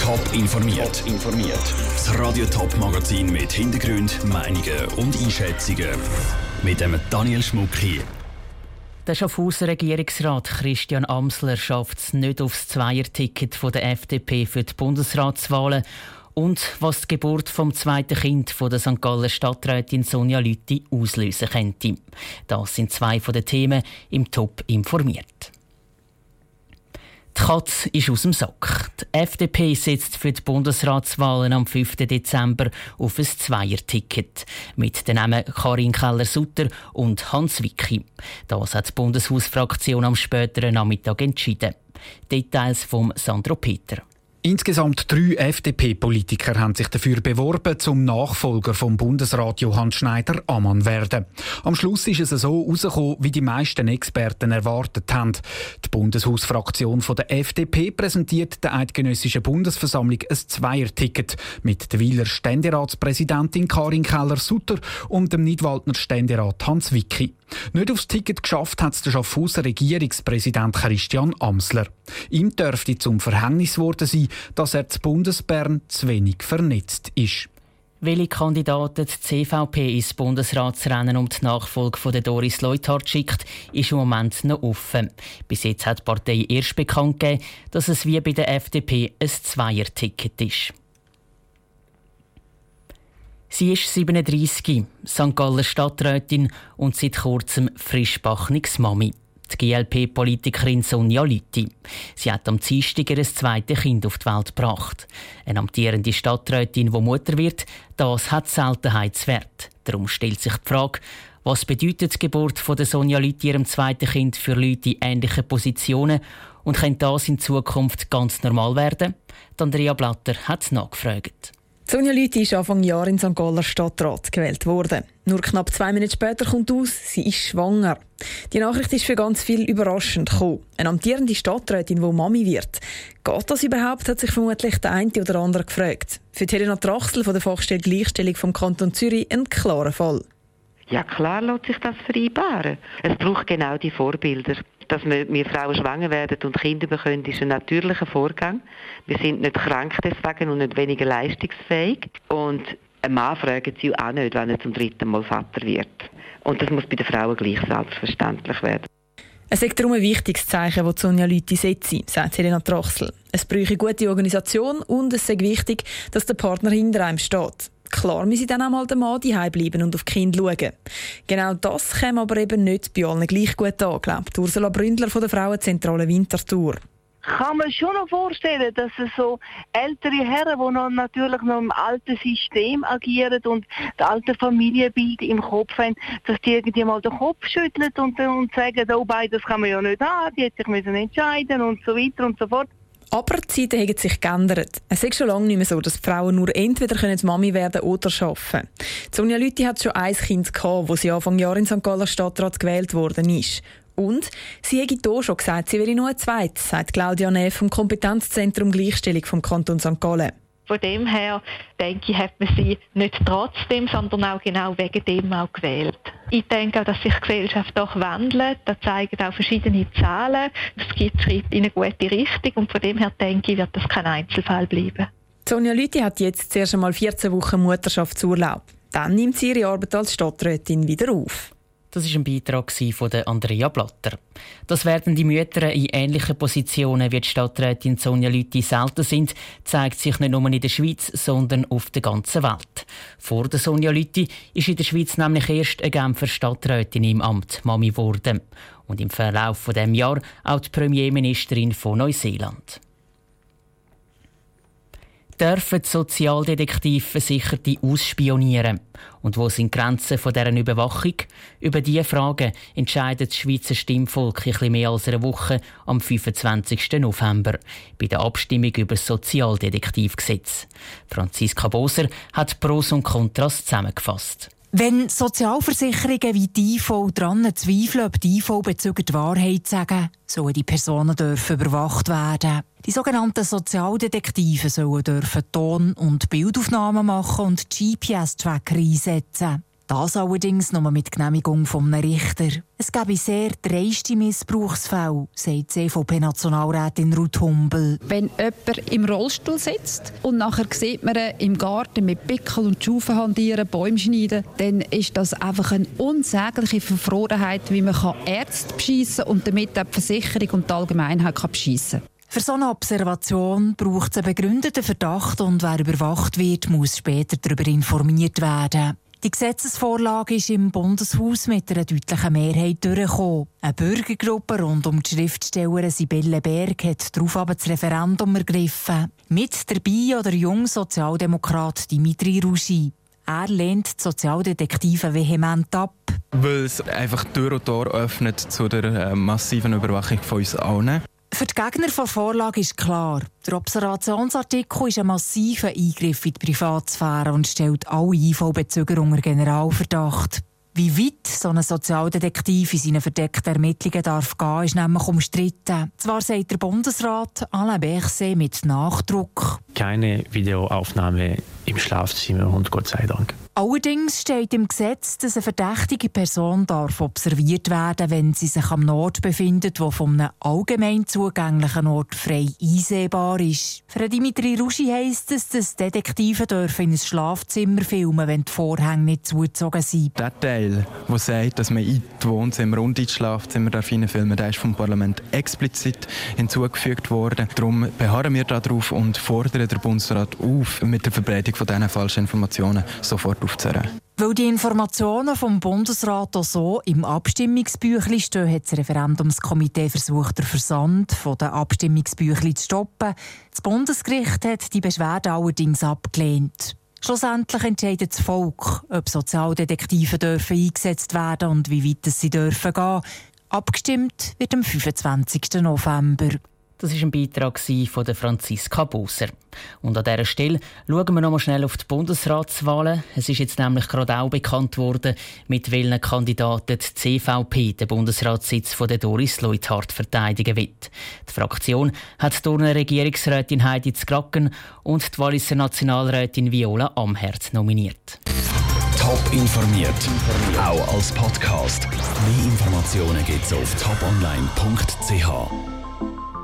Top informiert. Das Radio Top Magazin mit Hintergrund, Meinungen und Einschätzungen mit dem Daniel Schmuck hier. Der Schaffhauser Regierungsrat Christian Amsler schafft es nicht aufs Zweierticket der FDP für die Bundesratswahlen. Und was die Geburt vom zweiten Kind von der St. Galler Stadträtin Sonja Lüthi auslösen könnte. Das sind zwei von den Themen im Top informiert. Die Katze ist aus dem Sack. Die FDP setzt für die Bundesratswahlen am 5. Dezember auf ein Zweierticket mit den Namen Karin Keller-Sutter und Hans Wicki. Das hat die Bundeshausfraktion am späteren Nachmittag entschieden. Details von Sandro Peter. Insgesamt 3 FDP-Politiker haben sich dafür beworben, zum Nachfolger vom Bundesrat Johann Schneider-Ammann werden. Am Schluss ist es so herausgekommen, wie die meisten Experten erwartet haben. Die Bundeshausfraktion der FDP präsentiert der Eidgenössischen Bundesversammlung ein Zweierticket mit der Weiler Ständeratspräsidentin Karin Keller-Sutter und dem Nidwaldner Ständerat Hans Wicki. Nicht aufs Ticket geschafft hat es der Schaffhauser Regierungspräsident Christian Amsler. Ihm dürfte zum Verhängnis geworden sein, dass er zu Bundesbern zu wenig vernetzt ist. Welche Kandidaten die CVP ins Bundesratsrennen um die Nachfolge von Doris Leuthard schickt, ist im Moment noch offen. Bis jetzt hat die Partei erst bekannt gegeben, dass es wie bei der FDP ein Zweierticket ist. Sie ist 37, St. Galler Stadträtin und seit kurzem frischbackenes Mami. Die GLP-Politikerin Sonja Lüthi. Sie hat am Dienstag ihr zweites Kind auf die Welt gebracht. Eine amtierende Stadträtin, die Mutter wird, das hat Seltenheitswert. Darum stellt sich die Frage, was bedeutet die Geburt von der Sonja Lüthi ihrem zweiten Kind für Leute in ähnlichen Positionen und könnte das in Zukunft ganz normal werden? Andrea Blatter hat nachgefragt. Sonja Lüthi ist Anfang Jahr in St. Galler Stadtrat gewählt worden. Nur knapp 2 Minuten später kommt aus, sie ist schwanger. Die Nachricht ist für ganz viel überraschend gekommen. Eine amtierende Stadträtin, die Mami wird. Geht das überhaupt, hat sich vermutlich der eine oder andere gefragt. Für Helena Trachsel von der Fachstelle Gleichstellung vom Kanton Zürich ein klarer Fall. Ja, klar lässt sich das vereinbaren. Es braucht genau die Vorbilder. Dass wir Frauen schwanger werden und Kinder bekommen, ist ein natürlicher Vorgang. Wir sind nicht krank deswegen und nicht weniger leistungsfähig. Und ein Mann fragt sie auch nicht, wenn er zum 3. Mal Vater wird. Und das muss bei den Frauen gleich selbstverständlich werden. Es ist darum ein wichtiges Zeichen, das Sonja Lüthi setze, sagt Helena Trachsel. Es bräuchte gute Organisation und es ist wichtig, dass der Partner hinter einem steht. Klar müsse dann auch mal der Mann daheim bleiben und auf die Kinder schauen. Genau das käme aber eben nicht bei allen gleich gut an, glaubt Ursula Bründler von der Frauenzentrale Winterthur. Kann man schon noch vorstellen, dass es so ältere Herren, die noch natürlich noch im alten System agieren und das alte Familienbild im Kopf haben, dass die irgendwie mal den Kopf schütteln und sagen, oh, beides kann man ja nicht haben, die hätte sich entscheiden und so weiter und so fort. Aber die Zeiten haben sich geändert. Es ist schon lange nicht mehr so, dass die Frauen nur entweder Mami werden oder arbeiten. Sonja Lüthi hat schon ein Kind gehabt, wo sie Anfang Jahr in St. Galler Stadtrat gewählt worden ist. Und sie hätte hier schon gesagt, sie wäre nur ein zweites, sagt Claudia Neff vom Kompetenzzentrum Gleichstellung vom Kanton St. Gallen. Von dem her, denke ich, hat man sie nicht trotzdem, sondern auch genau wegen dem auch gewählt. Ich denke auch, dass sich die Gesellschaft doch wandelt. Das zeigen auch verschiedene Zahlen. Es gibt Schritte in eine gute Richtung und von dem her denke ich, wird das kein Einzelfall bleiben. Sonja Lüthi hat jetzt zuerst einmal 14 Wochen Mutterschaftsurlaub. Dann nimmt sie ihre Arbeit als Stadträtin wieder auf. Das war ein Beitrag von Andrea Blatter. Dass werdende Mütter in ähnlichen Positionen wie die Stadträtin Sonja Lüthi selten sind, zeigt sich nicht nur in der Schweiz, sondern auf der ganzen Welt. Vor der Sonja Lüthi ist in der Schweiz nämlich erst eine Genfer Stadträtin im Amt Mami geworden. Und im Verlauf dieses Jahres auch die Premierministerin von Neuseeland. Dürfen die Sozialdetektive Versicherte ausspionieren? Und wo sind die Grenzen von deren Überwachung? Über diese Fragen entscheidet das Schweizer Stimmvolk in etwas mehr als einer Woche am 25. November bei der Abstimmung über das Sozialdetektivgesetz. Franziska Boser hat Pros und Kontras zusammengefasst. Wenn Sozialversicherungen wie die IV daran zweifeln, ob die IV-Bezüger die Wahrheit sagen, sollen die Personen überwacht werden. Die sogenannten Sozialdetektive sollen Ton- und Bildaufnahmen machen und GPS-Tracker einsetzen. Das allerdings nur mit Genehmigung von einem Richter. Es gäbe sehr dreiste Missbrauchsfälle, sagt die CVP-Nationalrätin Ruth Humbel. Wenn jemand im Rollstuhl sitzt und nachher sieht man ihn im Garten mit Pickel und Schufen hantieren, Bäume schneiden, dann ist das einfach eine unsägliche Verfrorenheit, wie man Ärzte beschissen und damit auch die Versicherung und die Allgemeinheit beschissen kann. Für so eine Observation braucht es einen begründeten Verdacht und wer überwacht wird, muss später darüber informiert werden. Die Gesetzesvorlage ist im Bundeshaus mit einer deutlichen Mehrheit durchgekommen. Eine Bürgergruppe rund um die Schriftstellerin Sibylle Berg hat daraufhin das Referendum ergriffen. Mit dabei der junge Sozialdemokrat Dimitri Ruschi. Er lehnt die Sozialdetektive vehement ab. Weil es einfach Tür und Tor öffnet zu der massiven Überwachung von uns allen. Für die Gegner der Vorlage ist klar, der Observationsartikel ist ein massiver Eingriff in die Privatsphäre und stellt alle IV-Bezüger unter Generalverdacht. Wie weit so ein Sozialdetektiv in seinen verdeckten Ermittlungen darf gehen, ist nämlich umstritten. Zwar sagt der Bundesrat Alain Berset mit Nachdruck: Keine Videoaufnahme im Schlafzimmer und Gott sei Dank. Allerdings steht im Gesetz, dass eine verdächtige Person darf observiert werden, wenn sie sich am Ort befindet, wo von einem allgemein zugänglichen Ort frei einsehbar ist. Für Dimitri Ruschi heisst es, dass Detektive dürfen in ein Schlafzimmer filmen, wenn die Vorhänge nicht zugezogen sind. Der Teil, der sagt, dass man in die Wohnzimmer und ins Schlafzimmer filmen darf, der ist vom Parlament explizit hinzugefügt worden. Darum beharren wir darauf und fordern den Bundesrat auf, mit der Verbreitung von diesen falschen Informationen sofort aufzuhören. Weil die Informationen vom Bundesrat auch so im Abstimmungsbüchlein stehen, hat das Referendumskomitee versucht, den Versand der Abstimmungsbüchlein zu stoppen. Das Bundesgericht hat die Beschwerde allerdings abgelehnt. Schlussendlich entscheidet das Volk, ob Sozialdetektive dürfen eingesetzt werden und wie weit sie dürfen gehen. Abgestimmt wird am 25. November. Das war ein Beitrag von Franziska Busser. Und an dieser Stelle schauen wir noch mal schnell auf die Bundesratswahlen. Es ist jetzt nämlich gerade auch bekannt worden, mit welchen Kandidaten die CVP den Bundesratssitz von der Doris Leuthard verteidigen wird. Die Fraktion hat durch eine Regierungsrätin Heidi Zgracken und die Walliser Nationalrätin Viola Amherd nominiert. Top informiert, auch als Podcast. Mehr Informationen gibt's auf toponline.ch.